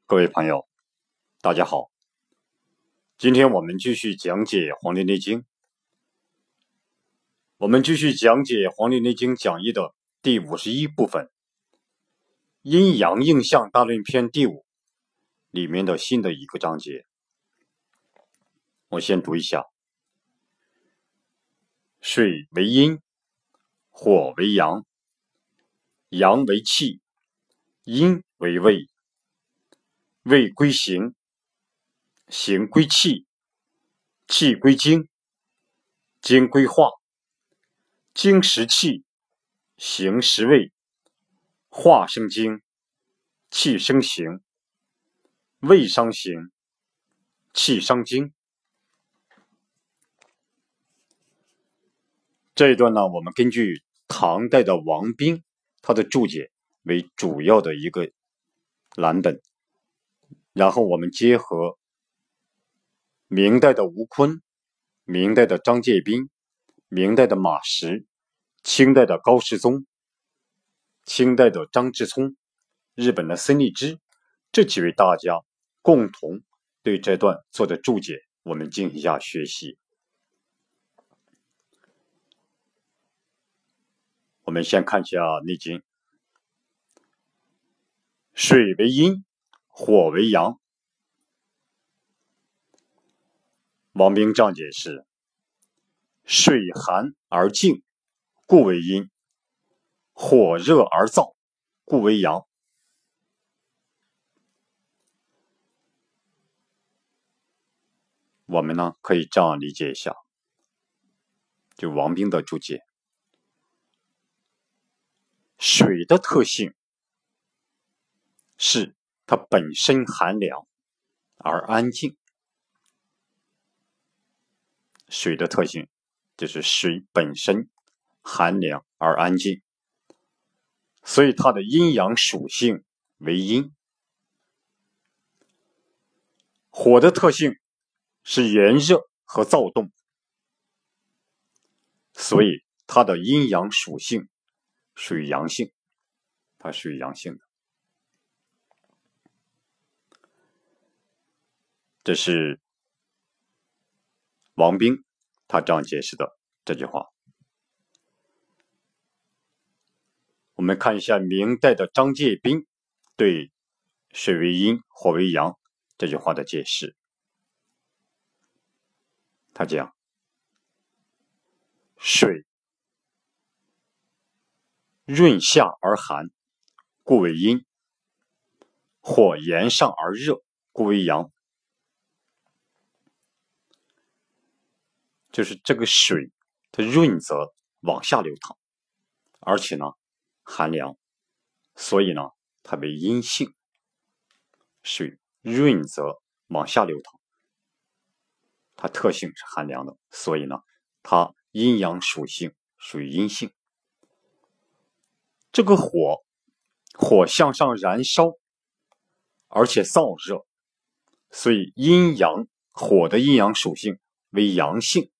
各位朋友，大家好。今天我们继续讲解《黄帝内经》，我们继续讲解《黄帝内经》讲义的第51部分，阴阳应象大论篇第5里面的新的一个章节。我先读一下：水为阴，火为阳，阳为气，阴为胃，胃归形，形归气，气归精，精归化，精实气，形实胃，化生精，气生形，胃伤形，气伤精。这一段呢，我们根据唐代的王冰他的注解为主要的一个蓝本，然后我们结合明代的吴坤、明代的张介宾、明代的马识、清代的高士宗、清代的张之聪、日本的森立之这几位大家共同对这段做的注解，我们进行一下学习。我们先看一下《内经》，水为阴，火为阳。王冰这样解释：水寒而静，故为阴；火热而燥，故为阳。我们呢可以这样理解一下，就王冰的注解，水的特性是它本身寒凉而安静。水的特性就是水本身寒凉而安静，所以它的阴阳属性为阴。火的特性是炎热和躁动，所以它的阴阳属性属于阳性，它属于阳性的。这是王冰他这样解释的这句话。我们看一下明代的张介宾对水为阴，火为阳这句话的解释。他讲，水润下而寒，故为阴；火炎上而热，故为阳。就是这个水它润则往下流淌，而且呢寒凉，所以呢它为阴性。水润则往下流淌，它特性是寒凉的，所以呢它阴阳属性属于阴性。这个火向上燃烧，而且燥热，所以火的阴阳属性为阳性。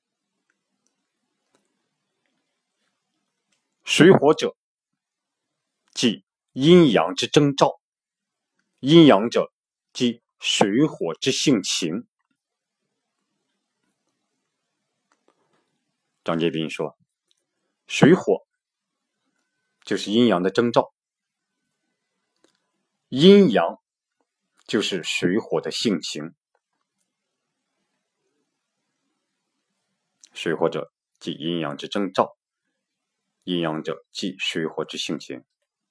水火者，即阴阳之征兆；阴阳者，即水火之性情。张介宾说，水火就是阴阳的征兆，阴阳就是水火的性情。水火者，即阴阳之征兆；阴阳者，即水火之性情。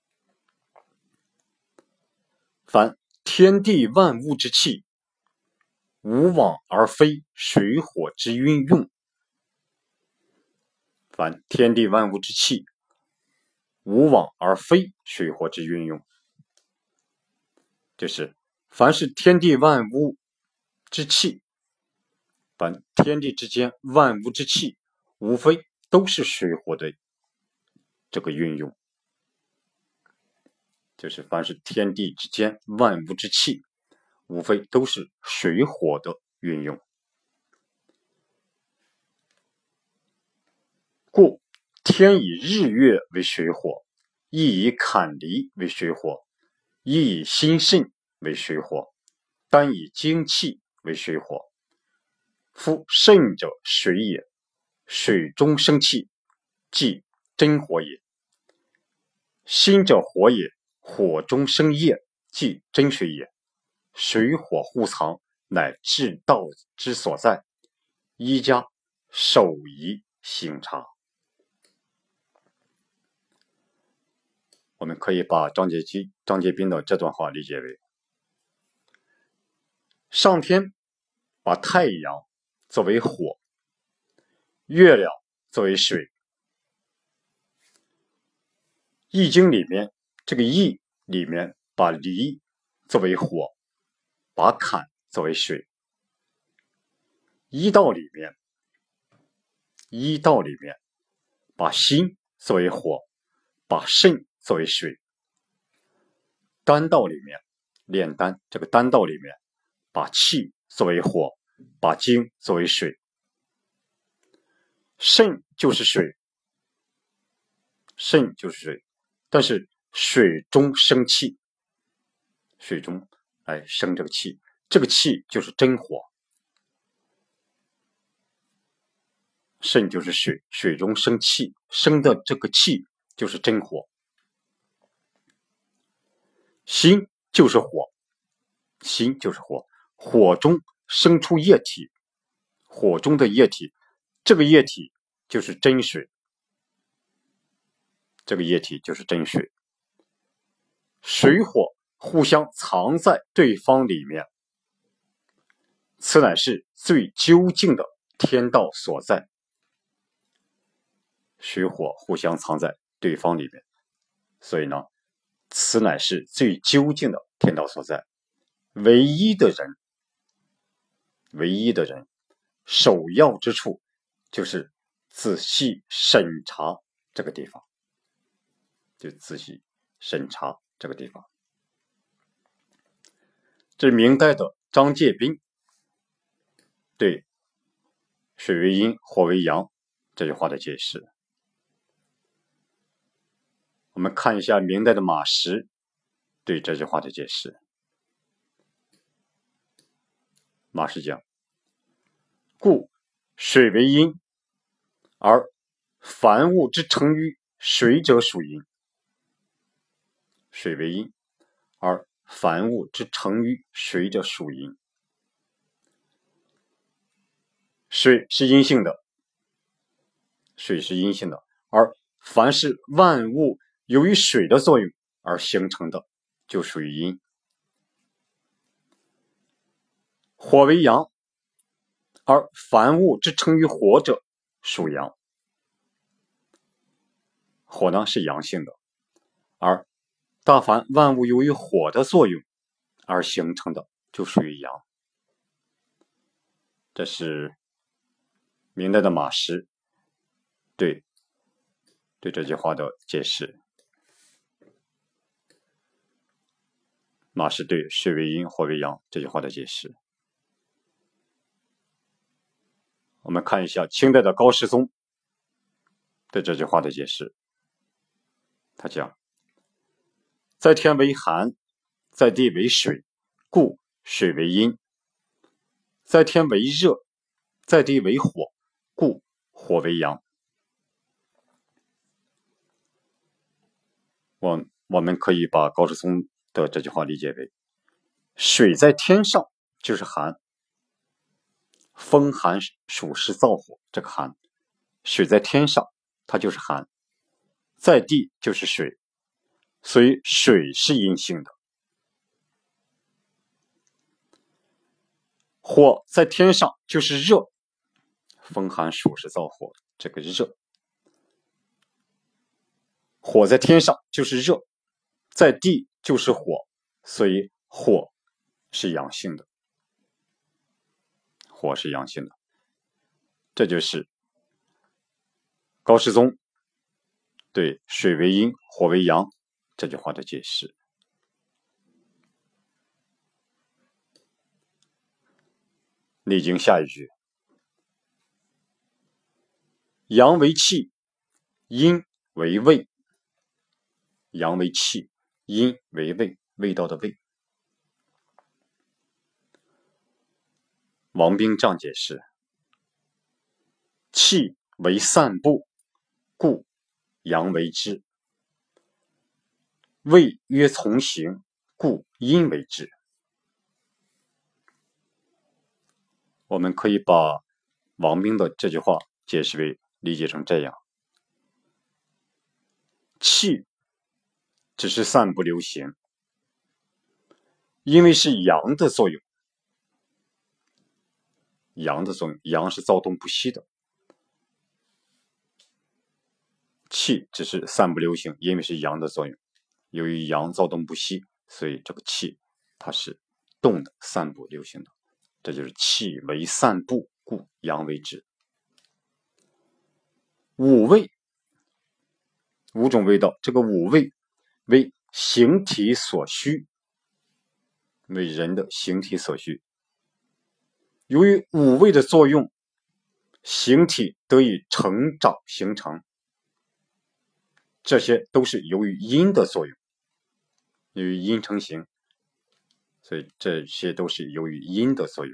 凡天地万物之气，无往而非水火之运用。凡天地万物之气，无往而非水火之运用，就是凡是天地万物之气，凡天地之间万物之气，无非都是水火的这个运用。就是凡是天地之间万物之气，无非都是水火的运用。故天以日月为水火，亦以坎离为水火，亦以心肾为水火，单以精气为水火。夫肾者水也，水中生气，即真火也。心者火也，火中生液，即真水也。水火互藏，乃至道之所在。一家守宜醒察。我们可以把张介宾的这段话理解为：上天把太阳作为火，月亮作为水。易经里面这个易里面把离作为火，把坎作为水。医道里面把心作为火，把肾作为水。丹道里面炼丹，这个丹道里面把气作为火，把精作为水。肾就是水，但是水中生气，水中来生这个气，这个气就是真火。肾就是水，水中生气，生的这个气就是真火。心就是火，火中生出液体，火中的液体，这个液体就是真水，水火互相藏在对方里面，此乃是最究竟的天道所在。水火互相藏在对方里面，所以呢，此乃是最究竟的天道所在。唯一的人首要之处就是仔细审查这个地方，这是明代的张介宾对水为阴，火为阳这句话的解释。我们看一下明代的马识对这句话的解释。马识讲：故水为阴，而凡物之成于水者属阴。水为阴，而凡物之成于水者属阴。水是阴性的，而凡是万物由于水的作用而形成的，就属于阴。火为阳，而凡物之成于火者属阳。火呢是阳性的，而大凡万物由于火的作用而形成的，就属于阳。这是明代的马识对这句话的解释。马识对水为阴，火为阳这句话的解释。我们看一下清代的高士宗对这句话的解释。他讲：在天为寒，在地为水，故水为阴；在天为热，在地为火，故火为阳。我们可以把高士宗的这句话理解为：水在天上就是寒，风寒暑湿燥火，这个寒，水在天上它就是寒，在地就是水，所以水是阴性的。火在天上就是热，风寒暑湿燥火，这个热，火在天上就是热，在地就是火，所以火是阳性的。这就是高士宗对水为阴，火为阳这句话的解释。内经下一句：阳为气，阴为味。阳为气，阴为味，味道的味。 王冰这样解释：气为散布，故阳为之；胃曰从行，故阴为之。我们可以把王冰的这句话解释为理解成这样：气只是散布流行，因为是阳的作用，阳是躁动不息的，气只是散布流行，因为是阳的作用，由于阳躁动不息，所以这个气它是动的，散布流行的，这就是气为散布，故阳为之。五味，五种味道，这个五味为形体所需，为人的形体所需。由于五味的作用，形体得以成长形成，这些都是由于阴的作用，由于阴成形，所以这些都是由于阴的作用。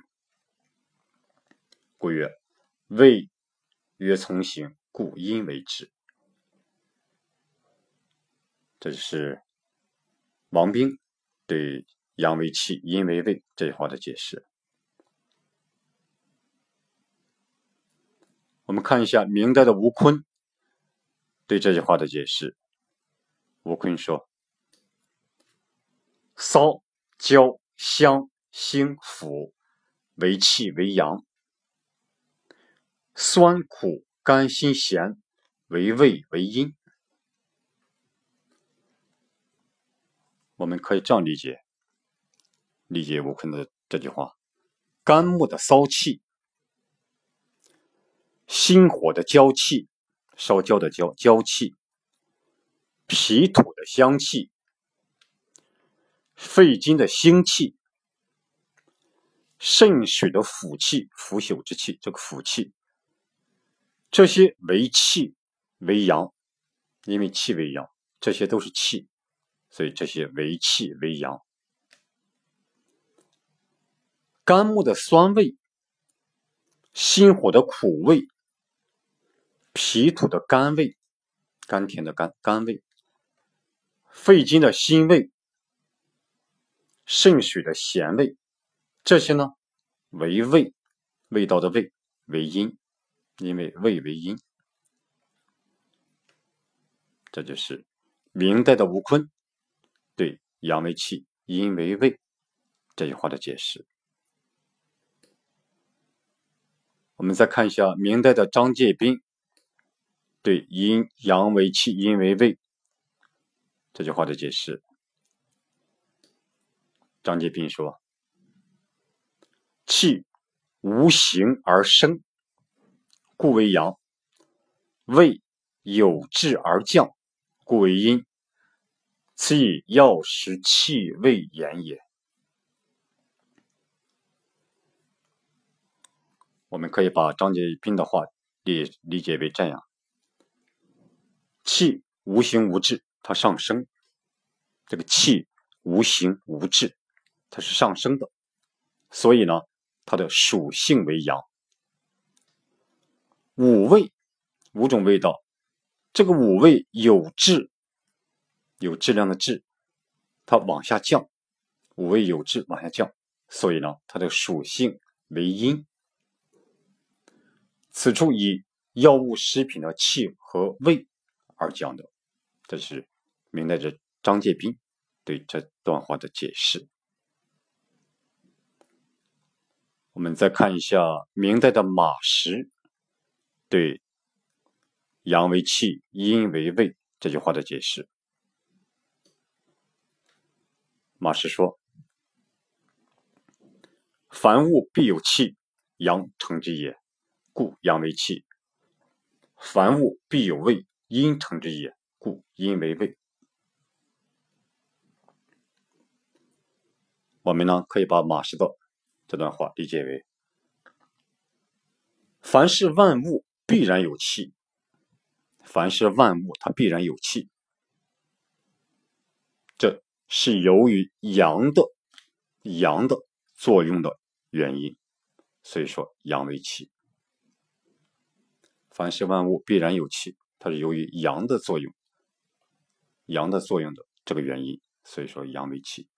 故曰：味曰从行，故阴为之。这是王冰对阳为气，阴为味这句话的解释。我们看一下明代的吴坤对这句话的解释。吴坤说：骚、焦、香、辛、腐为气为阳，酸、苦、甘、辛、咸为味为阴。我们可以这样理解吴坤的这句话：肝木的骚气，心火的焦气，烧焦的焦气，脾土的香气，肺经的腥气，肾水的腐气，腐朽之气，这个腐气，这些为气为阳，因为气为阳，这些都是气，所以这些为气为阳。肝木的酸味，心火的苦味，脾土的甘味，甘甜的甘味，肺经的辛味，肾水的咸味，这些呢为味，味道的味为阴，因为味为阴。这就是明代的吴坤对阳为气，阴为味这句话的解释。我们再看一下明代的张介宾对阳为气，阴为味这句话的解释。张介宾说：气无形而生，故为阳；味有质而降，故为阴。此以药食气味言也。我们可以把张介宾的话理解为这样：气无形无质，它上升，这个气无形无质，它是上升的，所以呢它的属性为阳。五味，五种味道，这个五味有质，有质量的质，它往下降，五味有质往下降，所以呢它的属性为阴。此处以药物食品的气和味而讲的，这是明代的张介宾对这段话的解释。我们再看一下明代的马识对阳为气，阴为味这句话的解释。马识说：凡物必有气，阳成之也，故阳为气；凡物必有味，阴成之也，故阴为味。我们呢可以把马识的这段话理解为：凡是万物必然有气，凡是万物它必然有气，这是由于阳的作用的原因， 所以说阳为气。凡是万物必然有气，它是由于阳的作用的这个原因，所以说阳为气。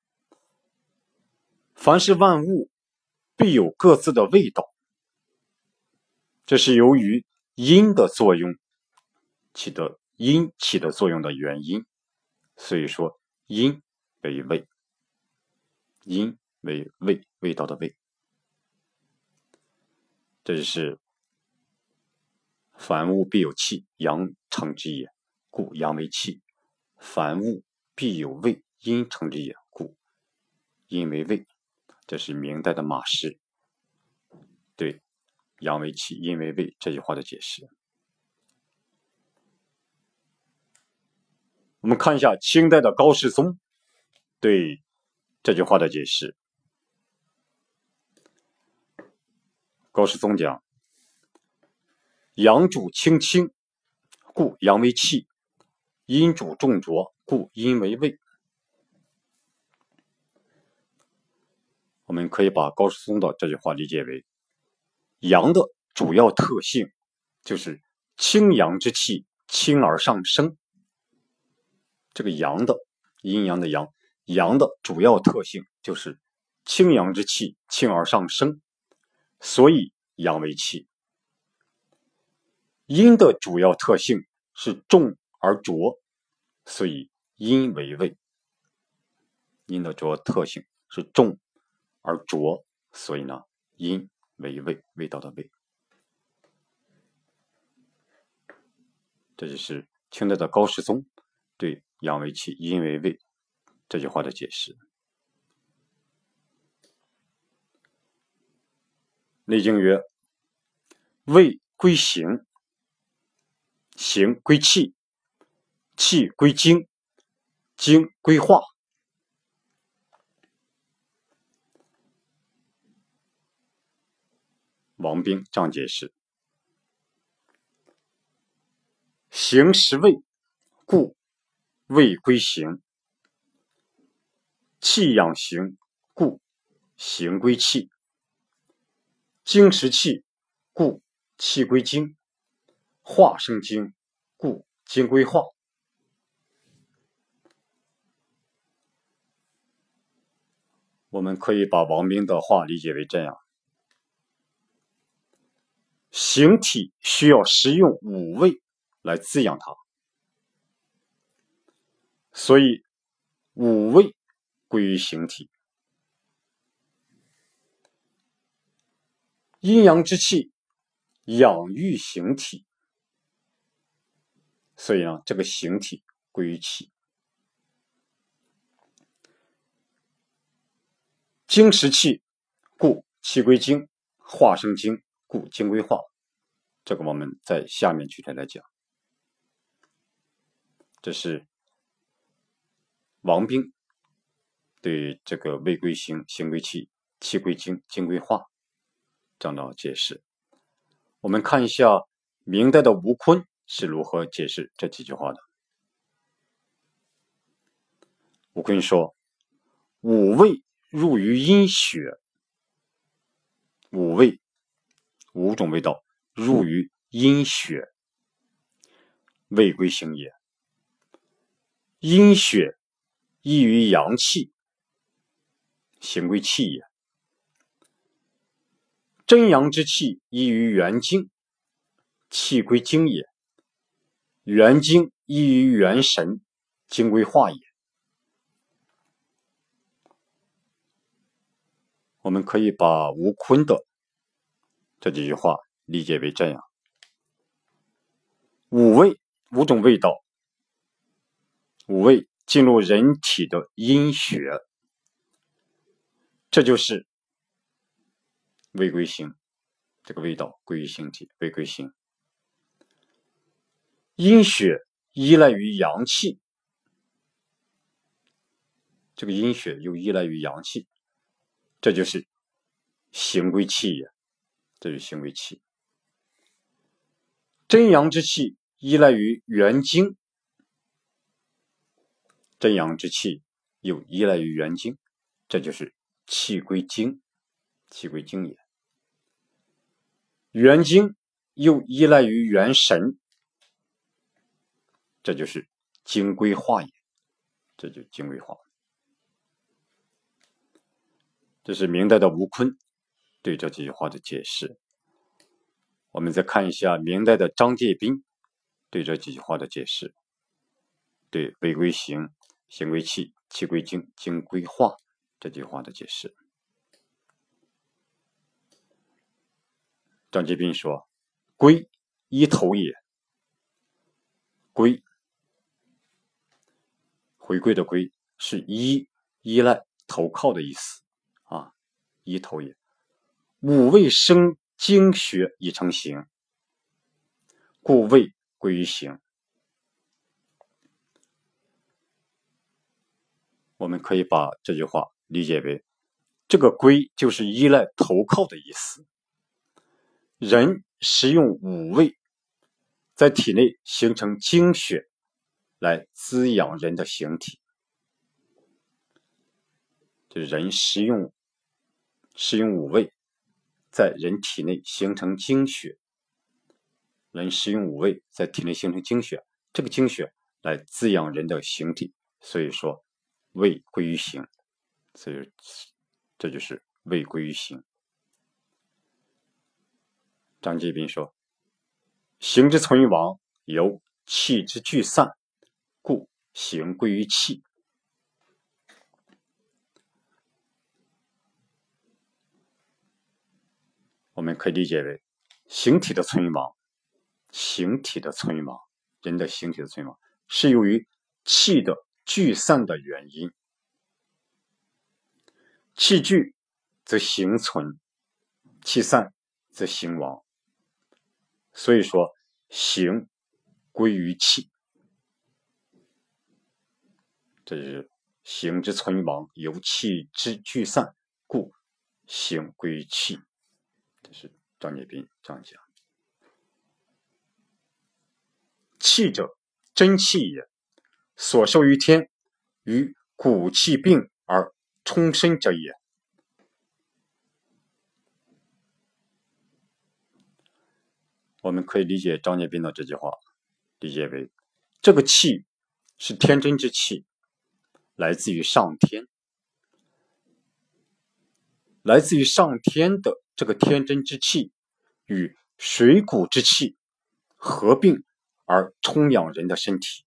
凡是万物必有各自的味道，这是由于阴的作用起的作用的原因，所以说阴为味，阴为味道的味。这就是凡物必有气，阳成之也，故阳为气。凡物必有味，阴成之也，故阴为味。这是明代的马氏对阳为气，阴为味这句话的解释。我们看一下清代的高士宗对这句话的解释。高士宗讲，阳主清清，故阳为气；阴主重浊，故阴为味。我们可以把高士宗的这句话理解为，阳的主要特性就是清阳之气轻而上升。这个阳的阴阳的阳的主要特性就是清阳之气轻而上升，所以阳为气。阴的主要特性是重而浊，所以阴为味。阴的主要特性是重而浊，所以呢，阴为味，味道的味。这就是清代的高士宗对阳为气，阴为味这句话的解释。内经曰：味归形，形归气，气归精，精归化。王冰这样解释：形实味，故味归形；气养形，故形归气；精实气，故气归精；化生精，故精归化。我们可以把王冰的话理解为这样：形体需要食用五味来滋养它，所以五味归于形体。阴阳之气养育形体，所以呢，这个形体归于气。精实气，故气归精；化生精，故精归化。这个我们在下面具体来讲。这是王冰对这个味归形，形归气，气归精，精归化这样的解释。我们看一下明代的吴坤是如何解释这几句话的。吴坤说，五味入于阴血，五种味道入于阴血，味归形也。阴血溢于阳气，形归气也。真阳之气溢于元精，气归精也。元精溢于元神，精归化也。我们可以把吴坤的这几句话理解为这样：五种味道，五味进入人体的阴血，这就是味归形，这个味道归于形体，味归形。阴血依赖于阳气，这个阴血又依赖于阳气，这就是形归气也，这就是形归气。真阳之气依赖于元精，真阳之气又依赖于元精，这就是气归精，气归精也。 元精又依赖于元神，这就是精归化也，这就精归化。这是明代的吴坤对这几句话的解释。我们再看一下明代的张介宾对这几句话的解释，对位归形，形归气，气归精，精归化这句话的解释。张介宾说，归依头也，归回归的归是依赖投靠的意思啊，依头也。五味生精血以成形，故味归于形。我们可以把这句话理解为，这个归就是依赖投靠的意思。人食用五味，在体内形成精血来滋养人的形体，就是人食用五味，在人体内形成精血，人食用五味在体内形成精血，这个精血来滋养人的形体，所以说味归于形，所以这就是味归于形。张介宾说，形之存亡，由气之聚散，故形归于气。我们可以理解为，形体的存亡，人的形体的存亡是由于气的聚散的原因。气聚则形存，气散则形亡，所以说形归于气。这是形之存亡，由气之聚散，故形归于气。这是张介宾这样讲。气者，真气也，所受于天，与骨气并而充身者也。我们可以理解张介宾的这句话，理解为，这个气是天真之气，来自于上天，来自于上天的这个天真之气与水谷之气合并而充养人的身体，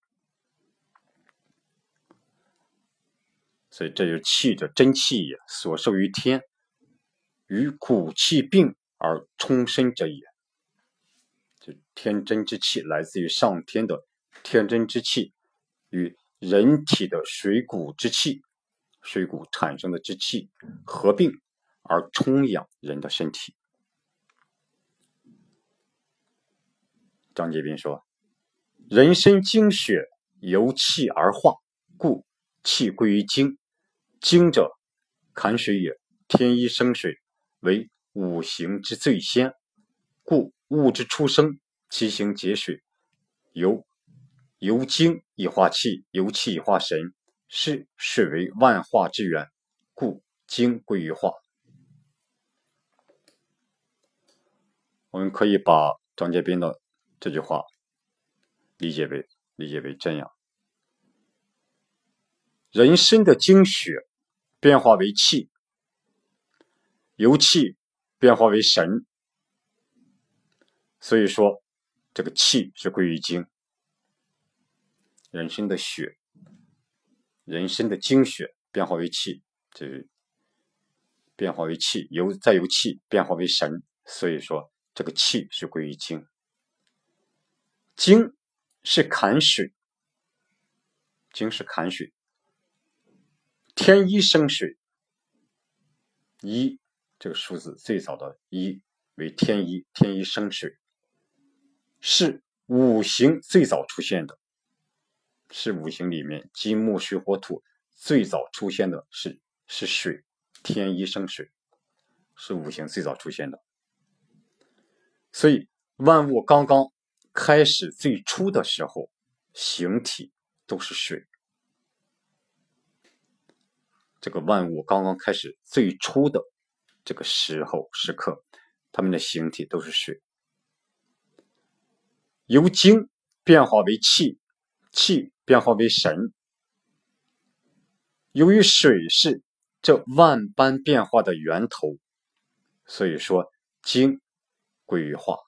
所以这就是气者，真气也，所受于天，与骨气并而充身者也。就天真之气来自于上天的天真之气与人体的水谷之气，水谷产生的之气合并而充养人的身体。张介宾说，人身精血由气而化，故气归于精。精者，坎水也，天一生水，为五行之最先，故物之出生，其形结水，由精以化气，由气以化神，是水为万化之源，故精归于化。我们可以把张介宾的这句话理解为这样：人身的精血变化为气，由气变化为神，所以说这个气是归于精。人身的精血变化为气，这变化为气，再由气变化为神，所以说这个气是归于精。精是坎水，天一生水，一这个数字最早的一为天一生水，是五行最早出现的，是五行里面金木水火土最早出现的是水，天一生水是五行最早出现的。所以万物刚刚开始最初的时候，形体都是水。这个万物刚刚开始最初的这个时刻， 它们的形体都是水。由精变化为气，气变化为神。由于水是这万般变化的源头，所以说精归于化。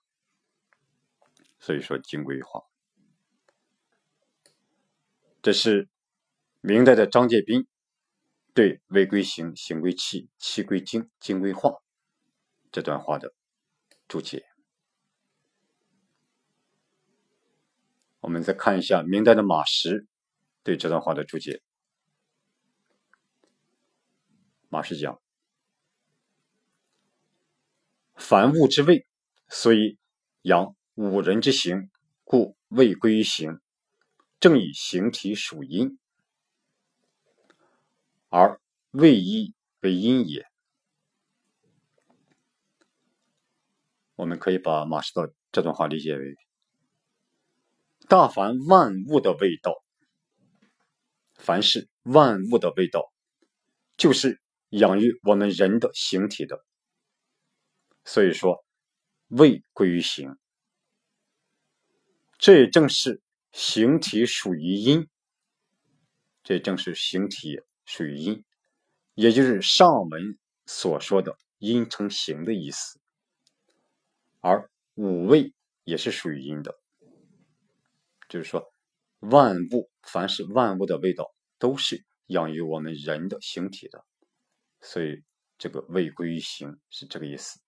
这是明代的张介宾对味归形，形归气，气归精，精归化这段话的注解。我们再看一下明代的马识对这段话的注解。马识讲：凡物之味，所以养五人之形，故味归于形，正以形体属阴，而味一为阴也。我们可以把马识的这段话理解为：大凡万物的味道，凡是万物的味道，就是养育我们人的形体的，所以说味归于形。这也正是形体属于阴，也就是上文所说的阴成形的意思。而五味也是属于阴的，就是说凡是万物的味道都是养育我们人的形体的，所以这个味归于形是这个意思。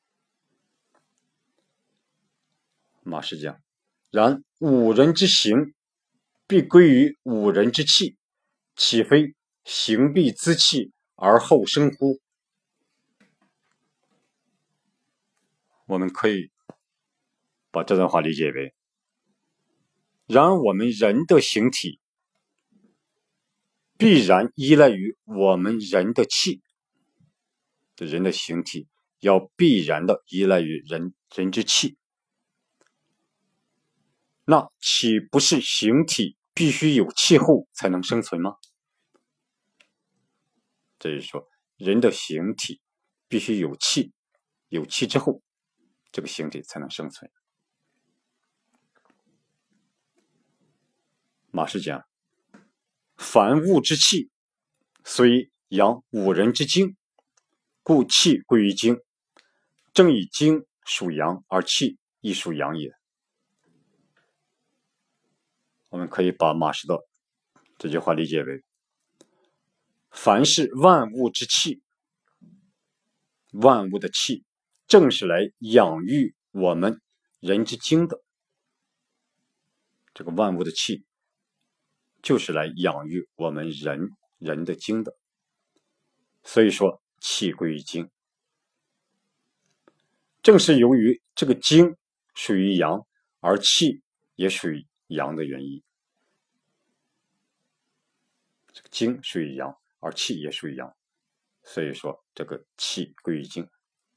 马识讲：然五人之形，必归于五人之气，岂非形必滋气而后生乎？我们可以把这段话理解为：然而我们人的形体必然依赖于我们人的气，人的形体要必然的依赖于人之气，那岂不是形体必须有气候才能生存吗？这就是说人的形体必须有气，有气之后这个形体才能生存。马识讲：凡物之气，所以养五人之精，故气归于精，正以精属阳而气亦属阳也。我们可以把马识的这句话理解为：凡是万物之气，万物的气正是来养育我们人之精的，这个万物的气就是来养育我们人的精的，所以说气归于精。正是由于这个精属于阳，而气也属于阳的原因。这个精属于阳，而气也属于阳，所以说这个气归于精。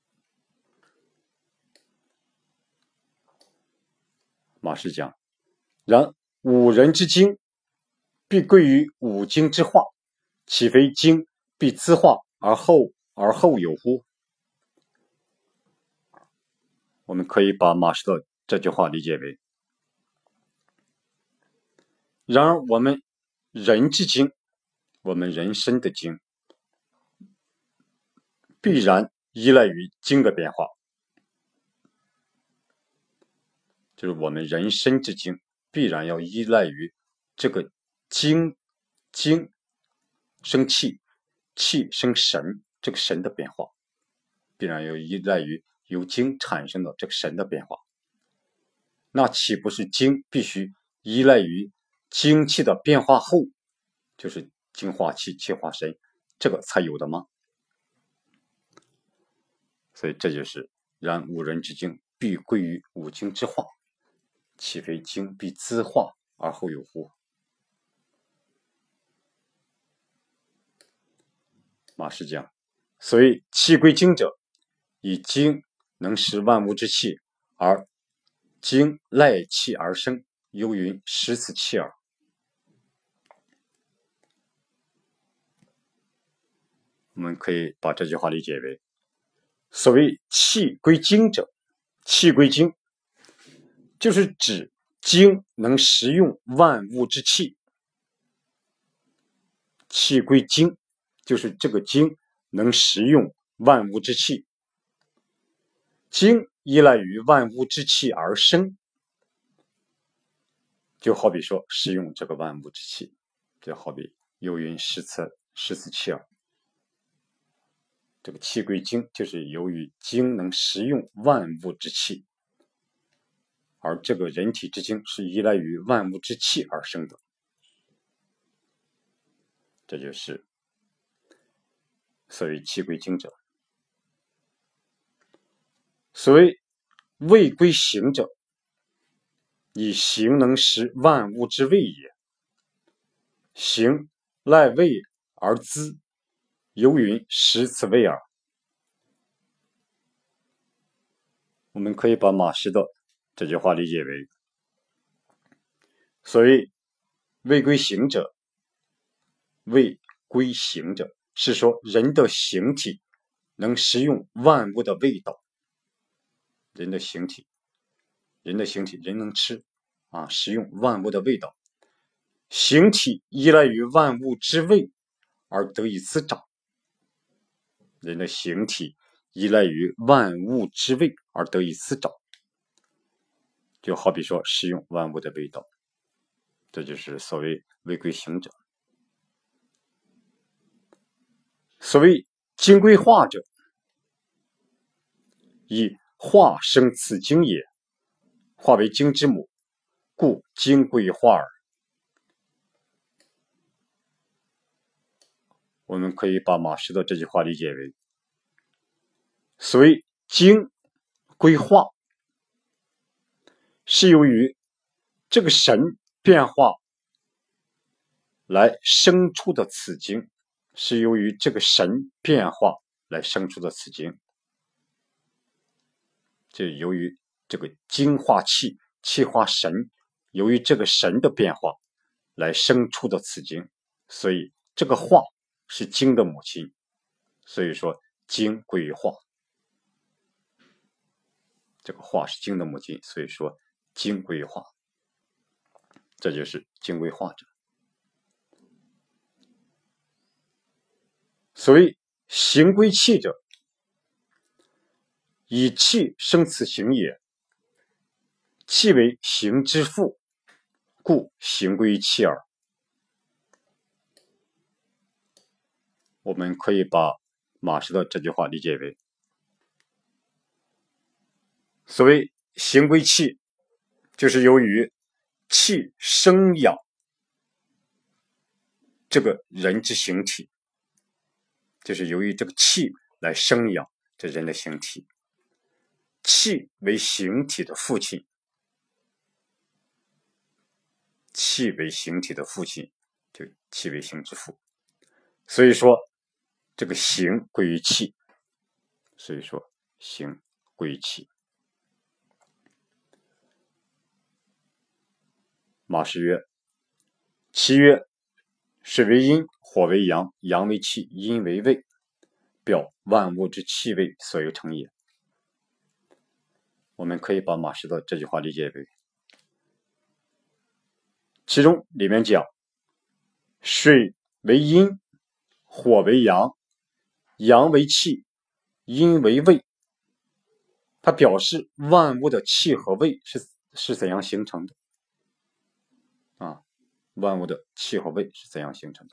马识讲：然五人之精，必归于五精之化，岂非精必滋化而后有乎？我们可以把马识的这句话理解为：然而我们人之精，我们人身的精，必然依赖于精的变化，就是我们人身之精必然要依赖于这个精生气，气生神，这个神的变化必然要依赖于由精产生的这个神的变化。那岂不是精必须依赖于精气的变化后，就是精化气，气化神，这个才有的吗？所以这就是然五人之精必归于五精之化，岂非精必滋化而后有乎？马识讲：所以气归精者，以精能食万物之气，而精赖气而生，忧云食此气耳。我们可以把这句话理解为： 所谓气归经者，气归经就是指经能食用万物之气，气归经就是这个经能食用万物之气，经依赖于万物之气而生，就好比说食用这个万物之气，就好比游云食此气耳。这个气归经就是由于经能食用万物之气，而这个人体之精是依赖于万物之气而生的，这就是所谓气归经者。所谓味归形者，以形能食万物之味也。形赖味而滋，游云食此味耳。我们可以把马识的这句话理解为，所谓味归形者，味归形者是说人的形体能食用万物的味道，人的形体人能吃食用万物的味道，形体依赖于万物之味而得以滋长，人的形体依赖于万物之味而得以滋长，就好比说食用万物的味道，这就是所谓味归形者。所谓精归化者，以化生此精也，化为精之母，故精归化耳。我们可以把马识的这句话理解为，所谓精归化，是由于这个神变化来生出的此精，是由于这个神变化来生出的此精，就由于这个精化气，气化神，由于这个神的变化来生出的此精，所以这个化是精的母亲，所以说精归于化，这个化是精的母亲，所以说精归于化，这就是精归化者。所谓形归气者，以气生此形也，气为形之父，故形归于气耳。我们可以把马识的这句话理解为，所谓形归气，就是由于气生养这个人之形体，就是由于这个气来生养这人的形体，气为形体的父亲，气为形体的父亲，就气为形之父，所以说这个形归于气，所以说形归于气。马识曰：其曰水为阴，火为阳，阳为气，阴为味，表万物之气味所有成也。我们可以把马识的这句话理解为，其中里面讲水为阴，火为阳，阳为气，阴为味，它表示万物的气和味是怎样形成的万物的气和味是怎样形成的。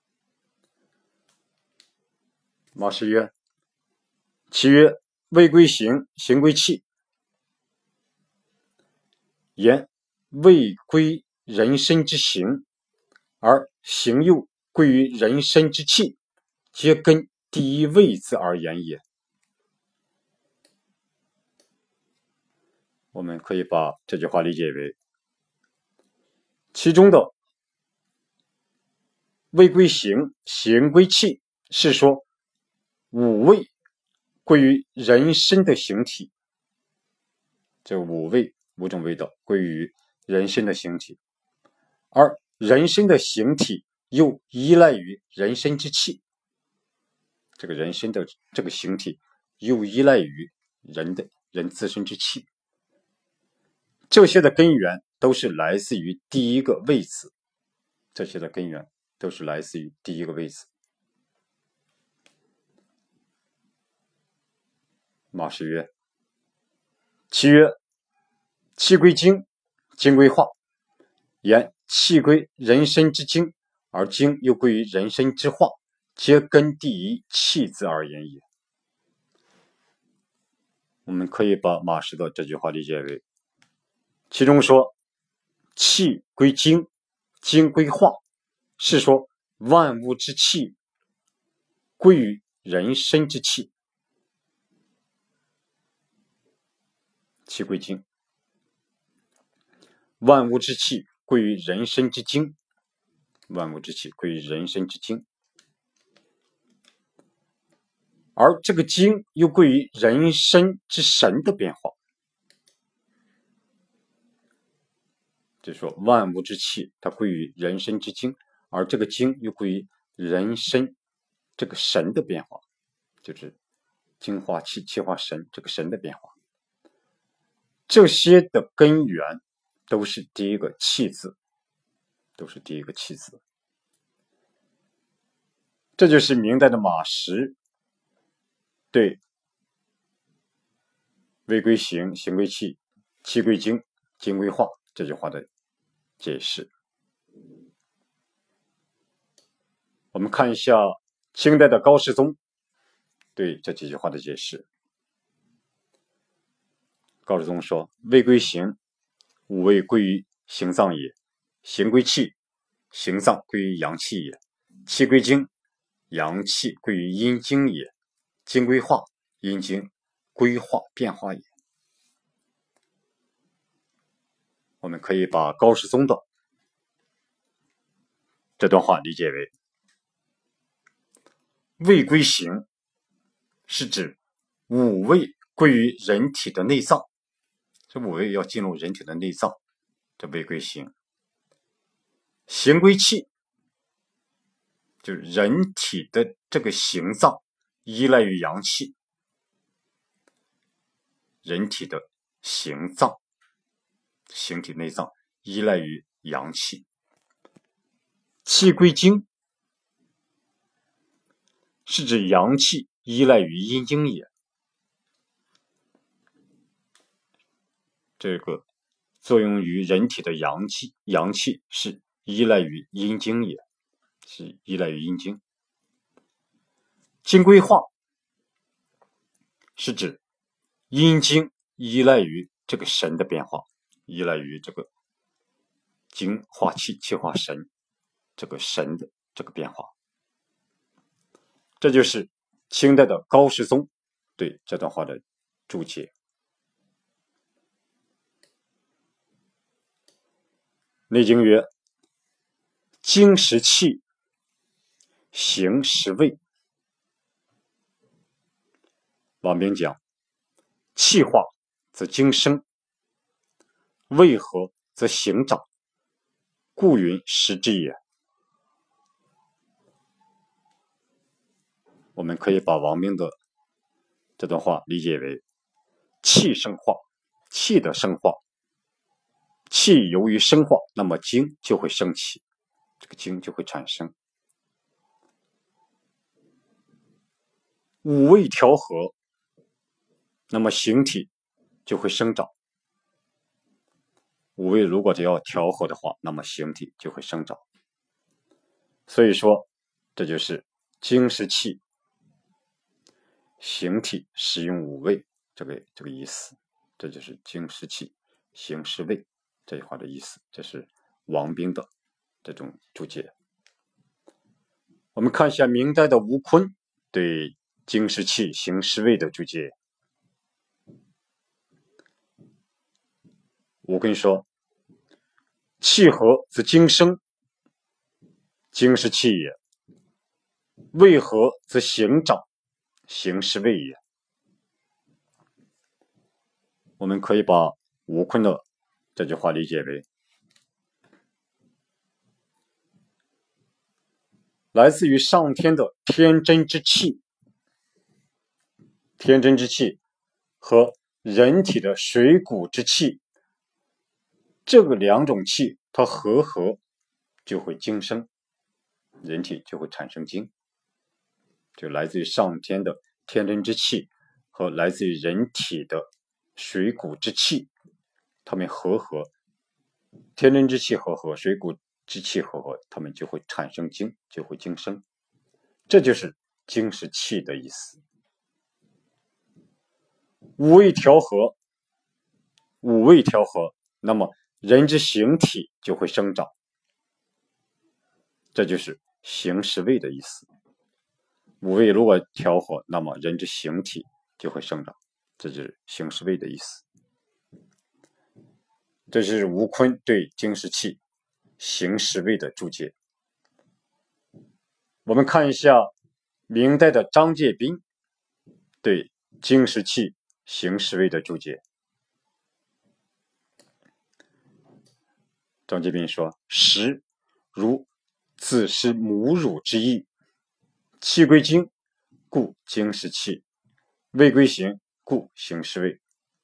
马识曰：其曰味归形，形归气，言味归人身之形，而形又归于人身之气，皆根第一味字而言也。我们可以把这句话理解为，其中的味归形，形归气，是说五味归于人身的形体，这五种味道归于人身的形体，而人身的形体又依赖于人身之气，这个人身的这个形体又依赖于人自身之气。这些的根源都是来自于第一个位子，这些的根源都是来自于第一个位子。马氏曰：其曰，气归经，经归化，言气归人身之经，而经又归于人身之化，皆根蒂于气字而言也。我们可以把马氏的这句话理解为，其中说气归经，经归化，是说万物之气归于人身之气，气归经，万物之气归于人身之经，万物之气归于人身之经，而这个经又归于人身之神的变化。就是说万物之气它归于人身之经，而这个经又归于人身这个神的变化，就是精化气，气化神，这个神的变化。这些的根源都是第一个气字，都是第一个气字。这就是明代的马识对位归形，形归气，气归经，经归化这句话的解释。我们看一下清代的高士宗对这几句话的解释。高士宗说，位归形，五味归于形脏也，形归气，形脏归于阳气也，气归经，阳气归于阴经也，经归化，阴经归化变化也。我们可以把高士宗的这段话理解为，味归形是指五味归于人体的内脏，这五味要进入人体的内脏，这味归形。形归气，就是人体的这个形脏依赖于阳气，人体的形脏，形体内脏依赖于阳气。气归经是指阳气依赖于阴经也，这个作用于人体的阳气是依赖于阴经也，是依赖于阴经。经归化是指阴经依赖于这个神的变化，依赖于这个经化气，气化神，这个神的这个变化。这就是清代的高士宗对这段话的注解。内经曰，经实气，形实味。王冰讲，气化则经生，味和则形长，故云实之也。我们可以把王冰的这段话理解为，气生化，气的生化，气由于生化，那么精就会升起，这个精就会产生。五味调和，那么形体就会生长。五味如果要调和的话，那么形体就会生长。所以说，这就是精实气，形体使用五味这个意思。这就是精实气，形实味这句话的意思。这是王冰的这种注解。我们看一下明代的吴坤对精实气，形实味的注解。吴坤说，气和则精生，精实气也；味和则形长，形实味也。我们可以把吴坤的这句话理解为，来自于上天的天真之气， 天真之气和人体的水谷之气，这个两种气它合就会精生，人体就会产生精，就来自于上天的天真之气和来自于人体的水谷之气，它们合，天真之气合，水谷之气合，它们就会产生精，就会精生，这就是精是气的意思。五味调和，那么人之形体就会生长，这就是形是味的意思。五味如果调和，那么人之形体就会生长，这就是形是味的意思。这是吴坤对精是气、形是味的注解。我们看一下明代的张介宾对精是气、形是味的注解。张介宾说：食如子食母乳之意，气归精，故精是气；味归形，故形是味。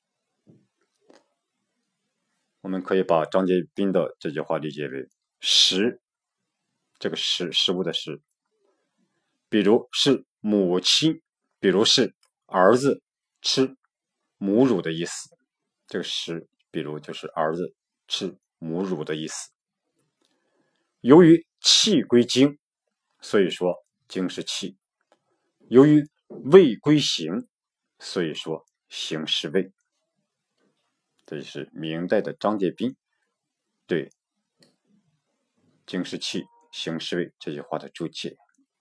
我们可以把张介宾的这句话理解为食，这个食物的食，比如是母亲，比如是儿子吃母乳的意思，这个食比如就是儿子吃母乳的意思。由于气归精，所以说精是气；由于味归形，所以说形是味。这就是明代的张介宾对精是气、形是味这句话的注解。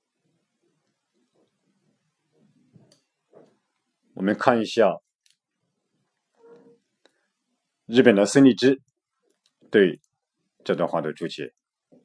我们看一下日本的森利之对这段话的注解。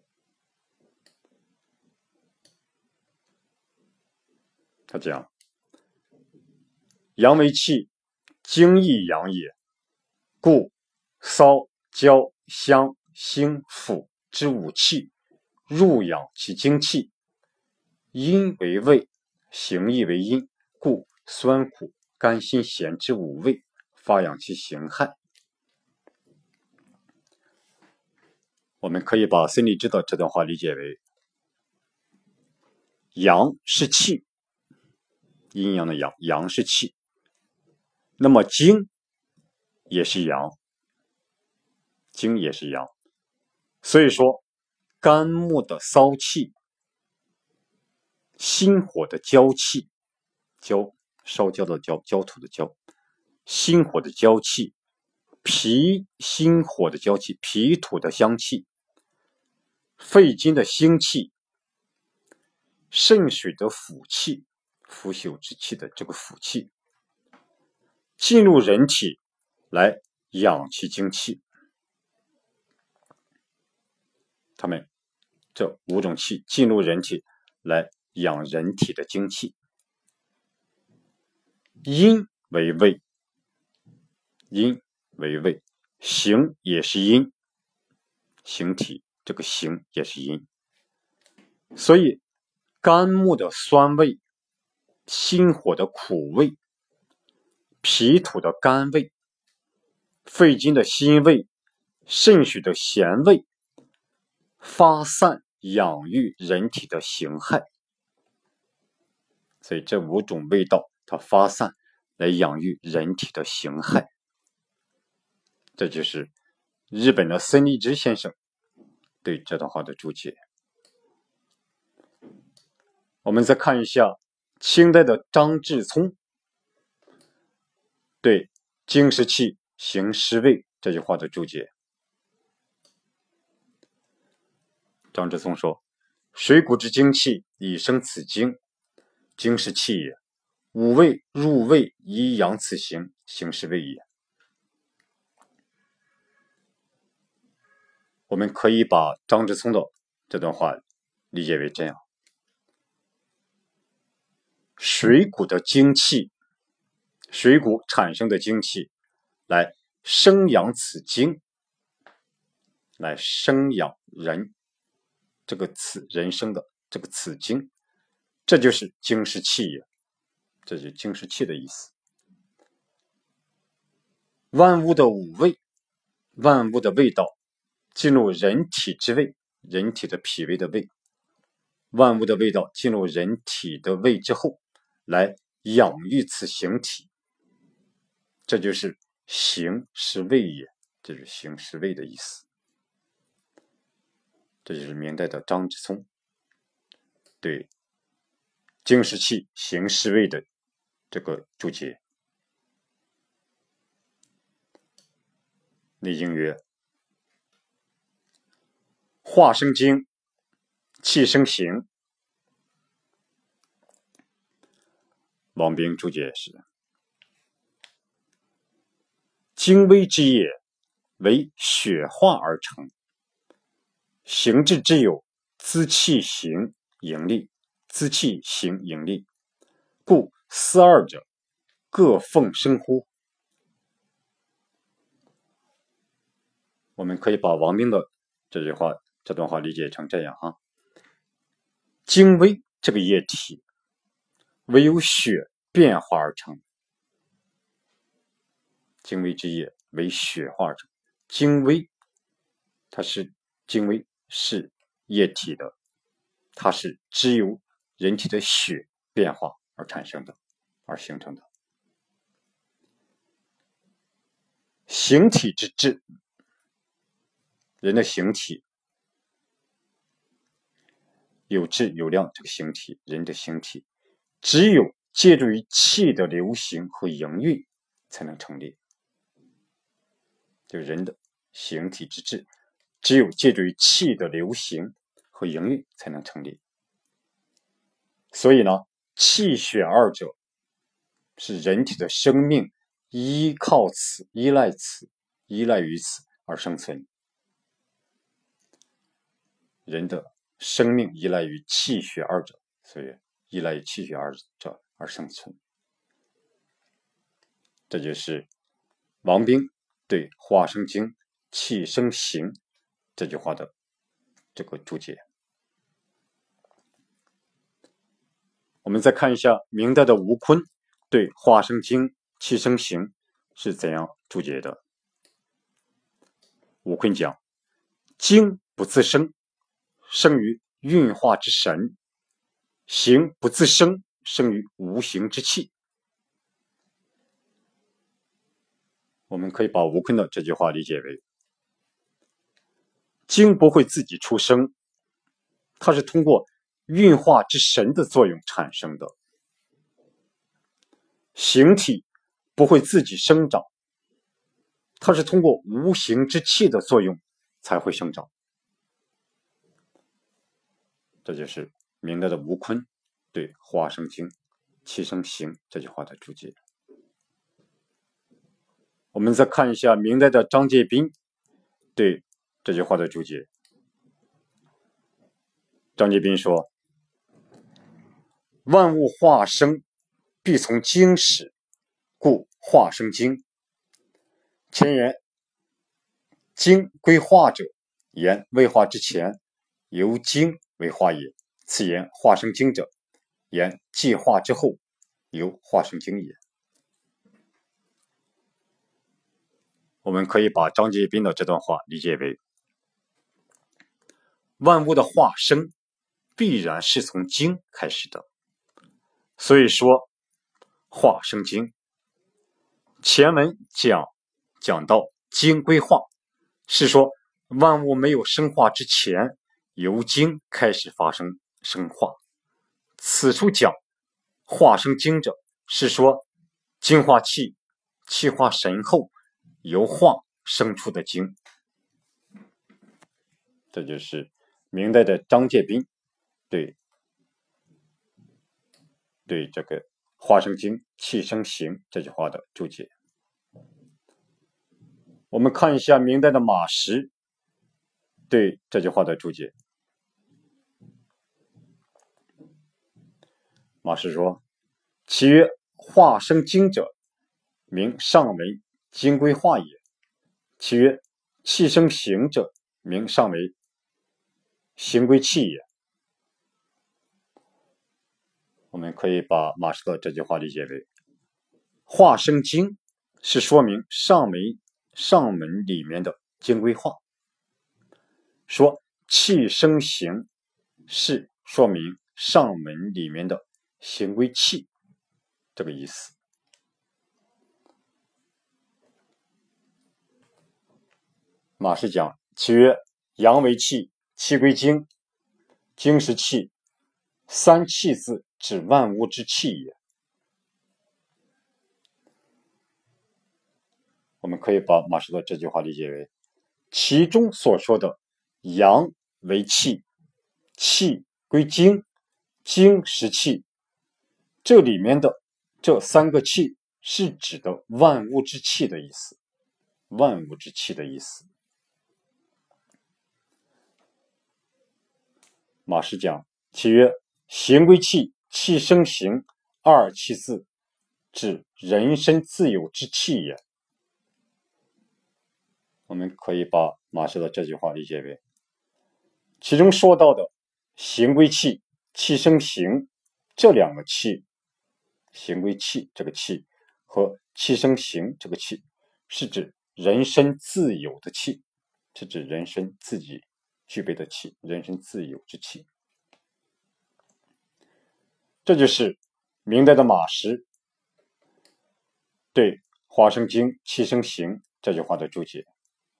他讲：阳为气，精亦阳也，故骚、焦、香、辛、腐之五气入养其精气。阴为味，形亦为阴，故酸苦甘辛咸之五味发养其形骸。我们可以把森利之的这段话理解为：阳是气，阴阳的阳，阳是气，那么精也是阳，精也是阳，所以说肝木的骚气，心火的焦气，焦烧焦的焦，焦土的焦，心火的焦气，心火的焦气，脾土的香气，肺经的腥气，肾水的腐气，腐朽之气的这个腐气，进入人体来养其精气。他们这五种气进入人体来养人体的精气。阴为味，阴为味，形也是阴，形体这个形也是阴，所以肝木的酸味，心火的苦味，脾土的甘味，肺经的辛味，肾水的咸味，发散养育人体的形骸。所以这五种味道它发散来养育人体的形骸。这就是日本的森利之先生对这段话的注解。我们再看一下清代的张志聪对精是气、形是味这句话的注解。张志聪说：水谷之精气以生此精，精是气也；五味入味以养此形，形是味也。我们可以把张志聪的这段话理解为这样：水谷的精气，水谷产生的精气来生养此精，来生养人这个此人生的这个此精，这就是精是气也， 这就是精湿气的意思。万物的五味，万物的味道进入人体之胃，人体的脾胃的胃，万物的味道进入人体的胃之后，来养育此形体，这就是形是味也，这是形是味的意思。这就是明代的张之聪对精湿气形是味的这个注解。内经曰：化生精，气生形。王冰注解是：精微之液，为血化而成，形质之有滋气形盈利，滋气形盈利，故斯二者各奉生乎。我们可以把王冰的这段话理解成这样哈：精微这个液体唯有血变化而成，精微之液为血化而成。精微是液体的，它是只由人体的血变化而产生的，而形成的。形体之质，人的形体有质有量，这个形体，人的形体只有借助于气的流行和营运才能成立。就人的形体之质，只有借助于气的流行和营运才能成立。所以呢，气血二者是人体的生命依赖于此而生存。人的生命依赖于气血二者，所以依赖于气血二者而生存。这就是王冰对化生精，气生形这句话的这个注解。我们再看一下明代的吴坤对化生精，气生形是怎样注解的。吴坤讲：精不自生，生于运化之神；形不自生，生于无形之气。我们可以把吴坤的这句话理解为：精不会自己出生，它是通过运化之神的作用产生的；形体不会自己生长，它是通过无形之气的作用才会生长。这就是明代的吴坤对化生精，气生形这句话的注解。我们再看一下明代的张介宾对这句话的注解。张介宾说：万物化生必从精始，故化生精。前言精归化者，言未化之前，由精为化也。次言化生精者，言既化之后，由化生精也。我们可以把张介宾的这段话理解为：万物的化生必然是从精开始的，所以说化生精。前文讲到精归化，是说万物没有生化之前，由精开始发生生化。此处讲化生精者，是说精化气，气化神后，由化生出的精。这就是明代的张介宾对这个化生精，气生形这句话的注解。我们看一下明代的马识对这句话的注解。马识说：其曰化生精者，名上为精归化也；其曰气生形者，名上为形归气也。 我们可以把马士特这句话理解为化生经是说明上门里面的经规化，说气生形是说明上门里面的行规气，这个意思。马氏讲，其曰：阳为气，气归经，经是气，三气字指万物之气也。我们可以把马士特这句话理解为，其中所说的阳为气，气归经，经是气，这里面的这三个气是指的万物之气的意思，万物之气的意思。马氏讲，其曰：形归气，气生形，二气字指人身自有之气也。我们可以把马氏的这句话理解为，其中说到的形归气，气生形这两个气，形归气这个气和气生形这个气是指人身自有的气，是指人身自己具备的气，人身自有之气。这就是明代的马识对化生经气生形这句话的注解。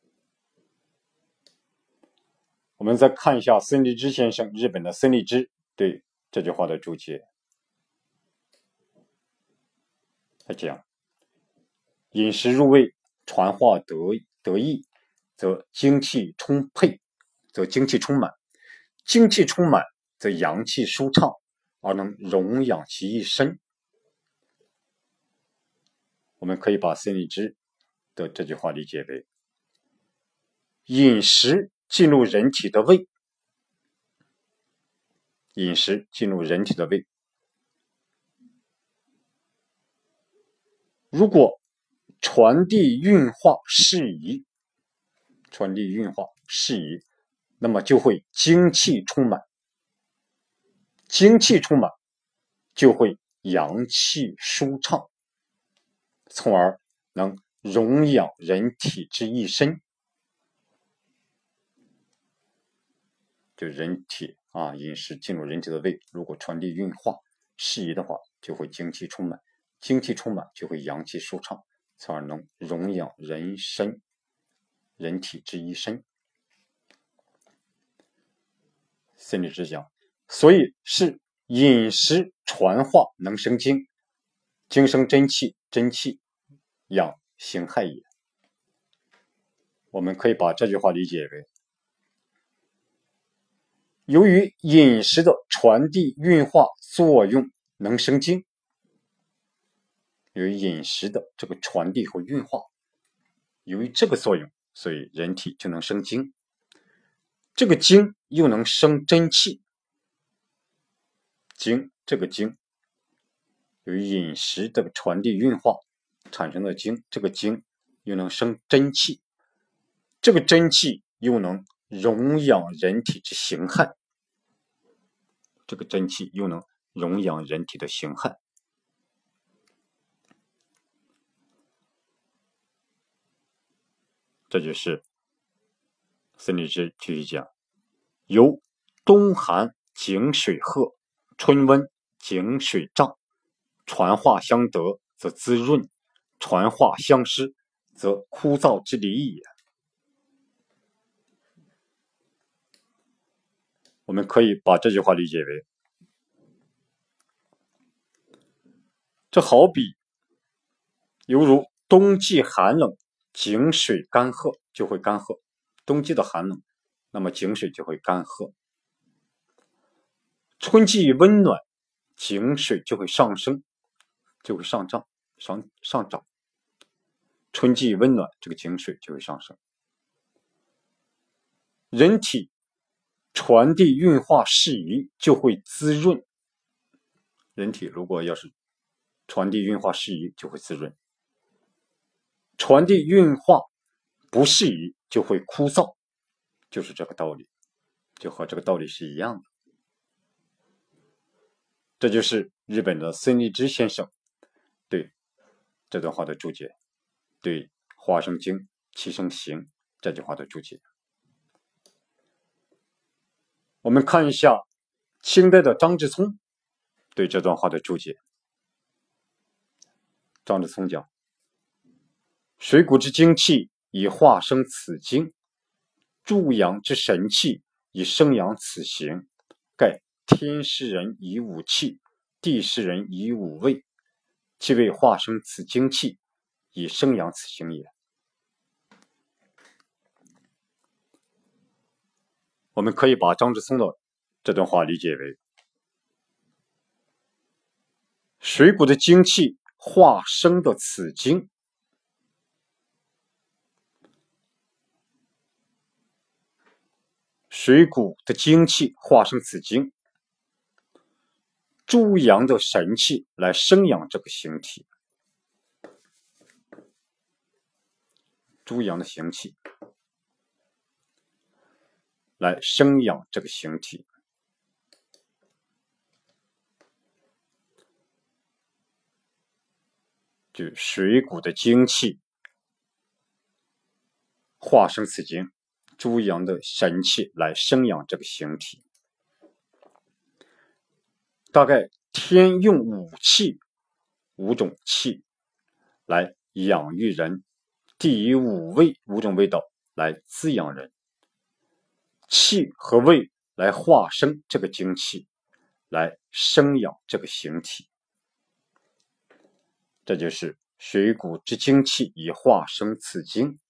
我们再看一下孙立之先生，日本的孙立之对这句话的注解。他讲，饮食入胃，传化得意，则精气充沛，则精气充满，精气充满则阳气舒畅，而能容养其一身。我们可以把孙立之的这句话理解为，饮食进入人体的胃，饮食进入人体的胃，如果传递运化适宜，那么就会精气充满，精气充满就会阳气舒畅，从而能容养人体之一身。就人体饮食进入人体的胃，如果传递运化适宜的话，就会精气充满，精气充满就会阳气舒畅，从而能容养人体之一身。孙立之讲，所以是饮食传化能生精，精生真气，真气养形骸也。我们可以把这句话理解为，由于饮食的传递运化作用能生精，由于饮食的这个传递和运化，由于这个作用，所以人体就能生精，这个精又能生真气，这个精由于饮食的传递运化产生的精，这个精又能生真气，这个真气又能容养人体之形骸，这个真气又能容养人体的形骸。这就是孙立之继续讲，由冬寒井水涸，春温井水涨，传化相得则滋润，传化相失则枯燥之理也。我们可以把这句话理解为，这好比犹如冬季寒冷，井水干涸就会干涸，冬季的寒冷，那么井水就会干涸。春季温暖，井水就会上升，就会上涨。春季温暖，这个井水就会上升。人体传递运化适宜，就会滋润。人体如果要是传递运化适宜，就会滋润。传递运化不适宜，就会枯燥，就是这个道理，就和这个道理是一样的。 这就是日本的孙立之先生对这段话的注解，对华生经七生行这句话的注解。我们看一下清代的张之聪对这段话的注解。张之聪讲，水谷之精气以化生此经，诸阳之神气以生养此形，盖天师人以五气，地师人以五味，其为化生此精气以生养此形也。我们可以把张之聪的这段话理解为，水谷的精气化生的此经，水谷的精气化生此经，诸阳的神气来生养这个形体，诸阳的形气来生养这个形体。就水谷的精气化生此经，诸阳的神气来生养这个形体。大概天用五气，五种气来养育人，地以五味，五种味道来滋养人，气和味来化生这个精气，来生养这个形体。这就是水谷之精气以化生此经，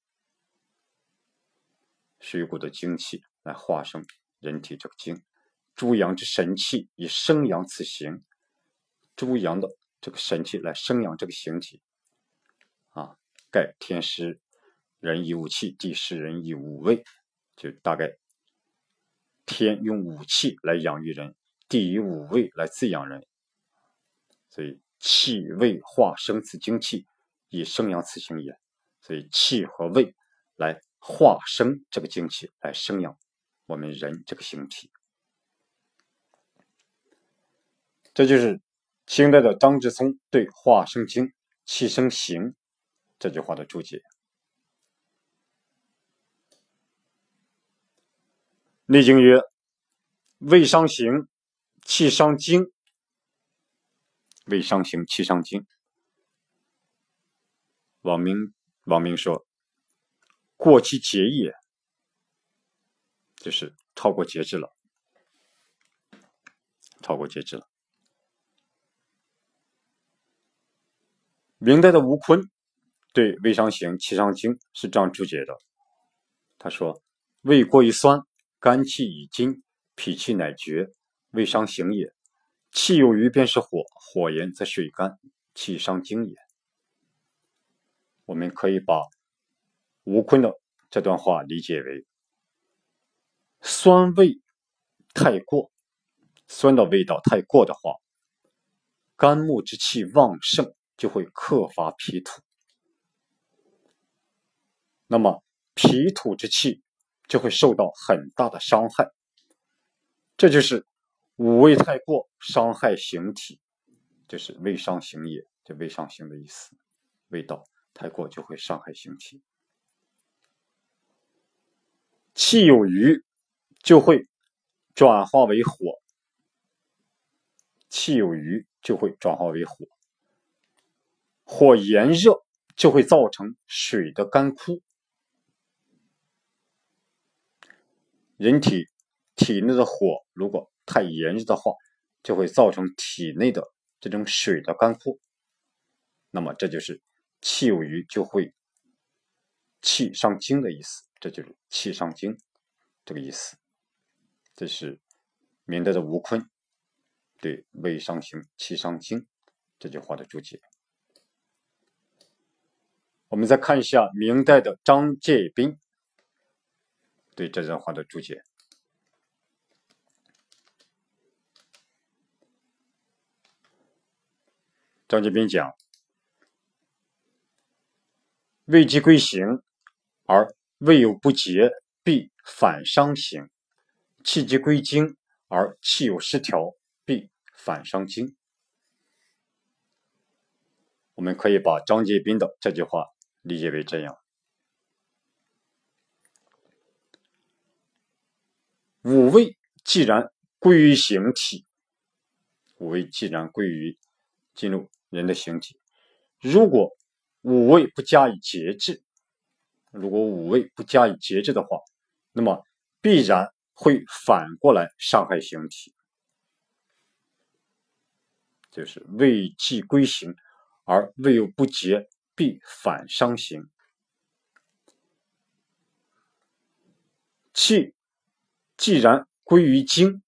水谷的精气来化生人体这个经，诸阳之神气以生养此形，诸阳的这个神气来生养这个形体。盖天师人以五气，地师人以五味，就大概天用五气来养育人，地以五味来滋养人，所以气味化生此精气以生养此形也。所以气和味来化生这个精气，来生养我们人这个形体。这就是清代的张之聪对《化生经》七生行这句话的注解。内经曰：胃伤行，气伤精。胃伤行，气伤精。王明说，过其节也，就是超过节制了，超过节制了。明代的吴坤对胃伤行，气伤精是这样注解的。他说，胃过于酸，肝气已津，脾气乃绝，胃伤行也。气有余便是火，火炎则水干，气伤精也。我们可以把吴坤的这段话理解为，酸味太过，酸的味道太过的话，肝木之气旺盛，就会克伐脾土，那么脾土之气就会受到很大的伤害。这就是五味太过，伤害形体，就是胃伤行也，这胃伤行的意思，味道太过就会伤害形体。气有余就会转化为火，气有余就会转化为火，火炎热就会造成水的干枯。人体内的火如果太炎热的话，就会造成体内的这种水的干枯，那么这就是气有余就会气伤精的意思，这就是气伤精这个意思。这是明代的吴坤对胃伤行，气伤精这句话的注解。我们再看一下明代的张介宾对这段话的注解。张介宾讲，胃既归行，而胃有不洁，必反伤行；气既归经，而气有失调，必反伤精。我们可以把张介宾的这句话理解为这样：五味既然归于形体，五味既然归于进入人的形体，如果五味不加以节制，的话，那么必然会反过来伤害形体，就是味既归形而味又不节，必反伤形。气既然归于精，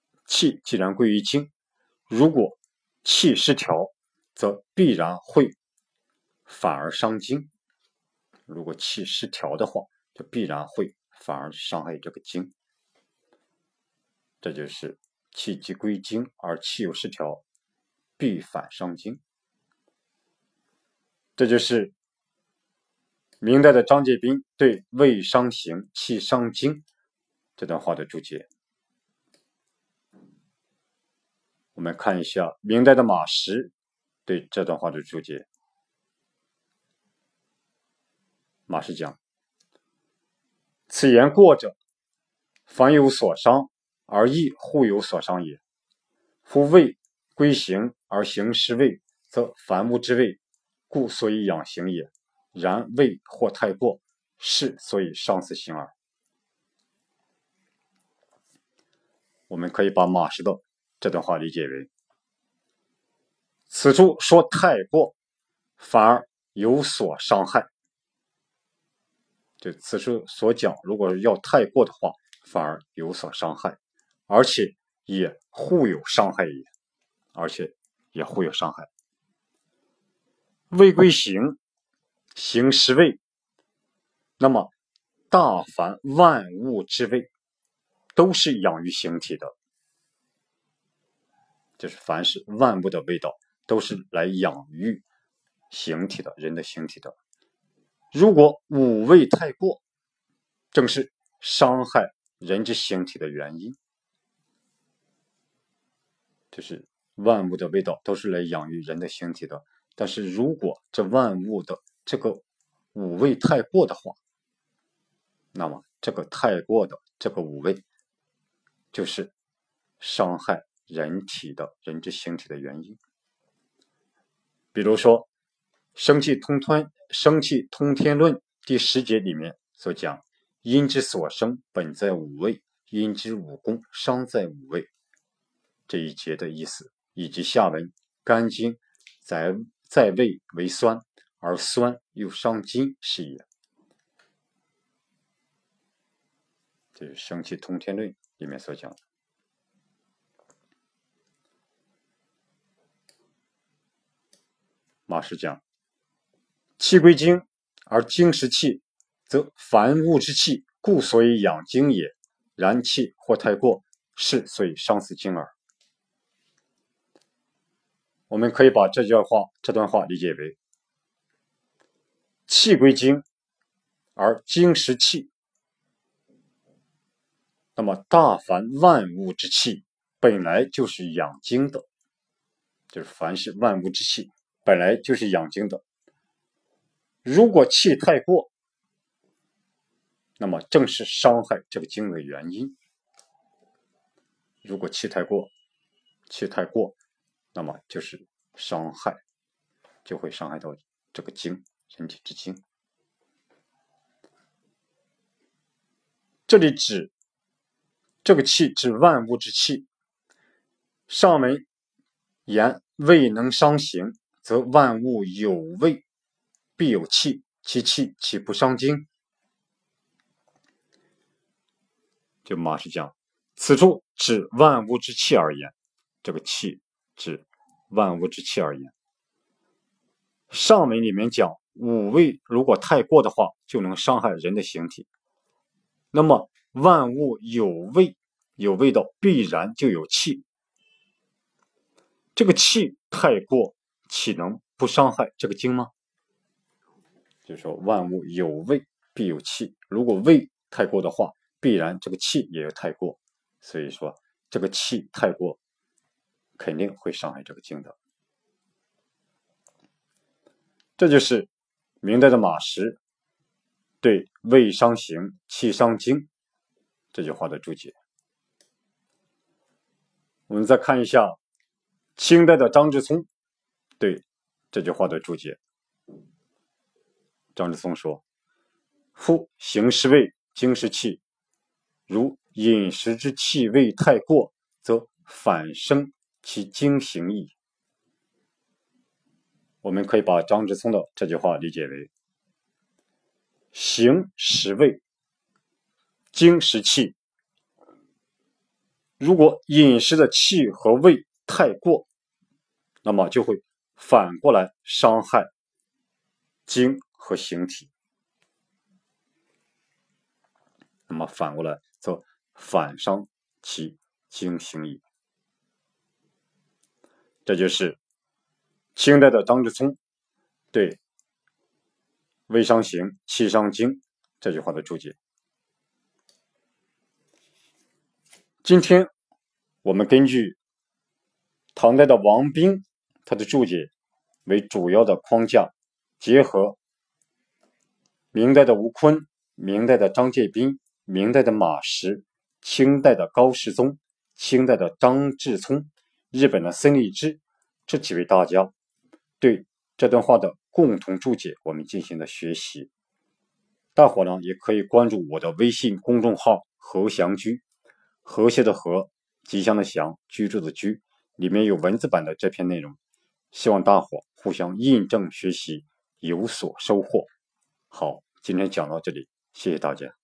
如果气失调，则必然会反而伤精。如果气失调的话，就必然会反而伤害这个精。这就是气既归精而气又失调，必反伤精。这就是明代的张介宾对味伤形，气伤精这段话的注解。我们看一下明代的马识对这段话的注解。马识讲：此言过者，凡有所伤而亦互有所伤也。夫味归形而形失味，则凡物之味，故所以养形也。然味或太过，是所以伤死形耳。我们可以把马识的这段话理解为：此处说太过，反而有所伤害。就此处所讲，如果要太过的话，反而有所伤害，而且也互有伤害也。味归形，形失味，那么大凡万物之味都是养于形体的，就是凡是万物的味道都是来养育形体的，人的形体的。如果五味太过，正是伤害人之形体的原因。就是万物的味道都是来养育人的形体的，但是如果这万物的这个五味太过的话，那么这个太过的这个五味就是伤害人之形体的原因。比如说生气通天论第10节里面所讲：因之所生本在五味，因之五功伤在五味，这一节的意思，以及下文肝经在味为酸，而酸又伤筋是也。这是生气通天论里面所讲的。马识讲：气归精而精实气，则凡物之气，故所以养精也。然气或太过，是所以伤死精耳。我们可以把这段话理解为：气归精而精实气，那么大凡万物之气本来就是养精的，就是凡是万物之气本来就是养精的。如果气太过，那么正是伤害这个精的原因。如果气太过，那么就是伤害，就会伤害到这个精，人体之精。这里指这个气指万物之气。上文言味能伤形，则万物有味必有气，其气岂不伤精？就马识讲，此处指万物之气而言，这个气指万物之气而言。上文里面讲五味如果太过的话，就能伤害人的形体。那么万物有味道，必然就有气。这个气太过，岂能不伤害这个精吗？就是说万物有味必有气，如果味太过的话，必然这个气也有太过。所以说这个气太过， 肯定会伤害这个经的。这就是明代的马识对胃伤行，气伤经这句话的注解。我们再看一下清代的张之聪对这句话的注解。张之聪说：夫行湿胃，经湿气，如饮食之气味太过，则反生其经行矣。我们可以把张之聪的这句话理解为：行食味，经食气，如果饮食的气和味太过，那么就会反过来伤害经和形体，那么反过来则反伤其经行矣。这就是清代的张之聪对胃伤行，气伤经这句话的注解。今天我们根据唐代的王彬他的注解为主要的框架，结合明代的吴坤、明代的张介宾、明代的马识、清代的高士宗、清代的张志聪、日本的森立之这几位大家对这段话的共同注解，我们进行了学习。大伙呢也可以关注我的微信公众号和祥居，和谐的和，吉祥的祥，居住的居，里面有文字版的这篇内容，希望大伙互相印证学习，有所收获。好，今天讲到这里，谢谢大家。